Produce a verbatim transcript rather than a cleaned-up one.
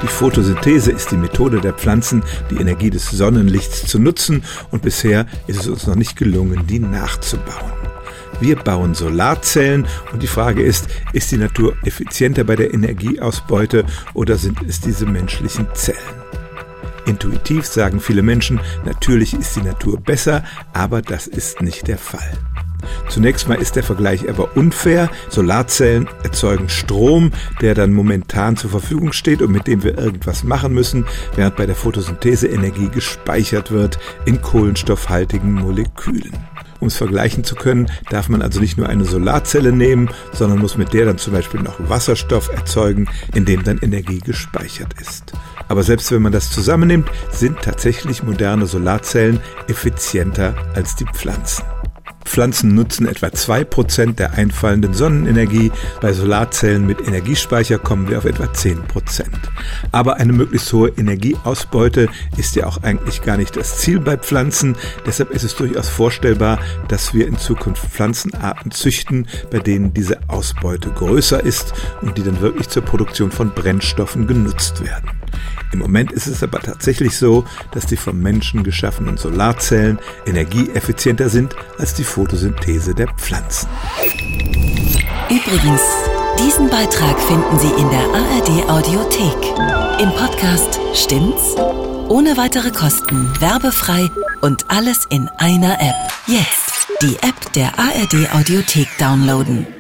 Die Photosynthese ist die Methode der Pflanzen, die Energie des Sonnenlichts zu nutzen, und bisher ist es uns noch nicht gelungen, die nachzubauen. Wir bauen Solarzellen und die Frage ist, ist die Natur effizienter bei der Energieausbeute oder sind es diese menschlichen Zellen? Intuitiv sagen viele Menschen, natürlich ist die Natur besser, aber das ist nicht der Fall. Zunächst mal ist der Vergleich aber unfair. Solarzellen erzeugen Strom, der dann momentan zur Verfügung steht und mit dem wir irgendwas machen müssen, während bei der Photosynthese Energie gespeichert wird in kohlenstoffhaltigen Molekülen. Um es vergleichen zu können, darf man also nicht nur eine Solarzelle nehmen, sondern muss mit der dann zum Beispiel noch Wasserstoff erzeugen, in dem dann Energie gespeichert ist. Aber selbst wenn man das zusammennimmt, sind tatsächlich moderne Solarzellen effizienter als die Pflanzen. Pflanzen nutzen etwa zwei Prozent der einfallenden Sonnenenergie. Bei Solarzellen mit Energiespeicher kommen wir auf etwa zehn Prozent. Aber eine möglichst hohe Energieausbeute ist ja auch eigentlich gar nicht das Ziel bei Pflanzen. Deshalb ist es durchaus vorstellbar, dass wir in Zukunft Pflanzenarten züchten, bei denen diese Ausbeute größer ist und die dann wirklich zur Produktion von Brennstoffen genutzt werden. Im Moment ist es aber tatsächlich so, dass die vom Menschen geschaffenen Solarzellen energieeffizienter sind als die Photosynthese der Pflanzen. Übrigens, diesen Beitrag finden Sie in der A R D-Audiothek. Im Podcast Stimmt's? Ohne weitere Kosten, werbefrei und alles in einer App. Jetzt die App der A R D-Audiothek downloaden.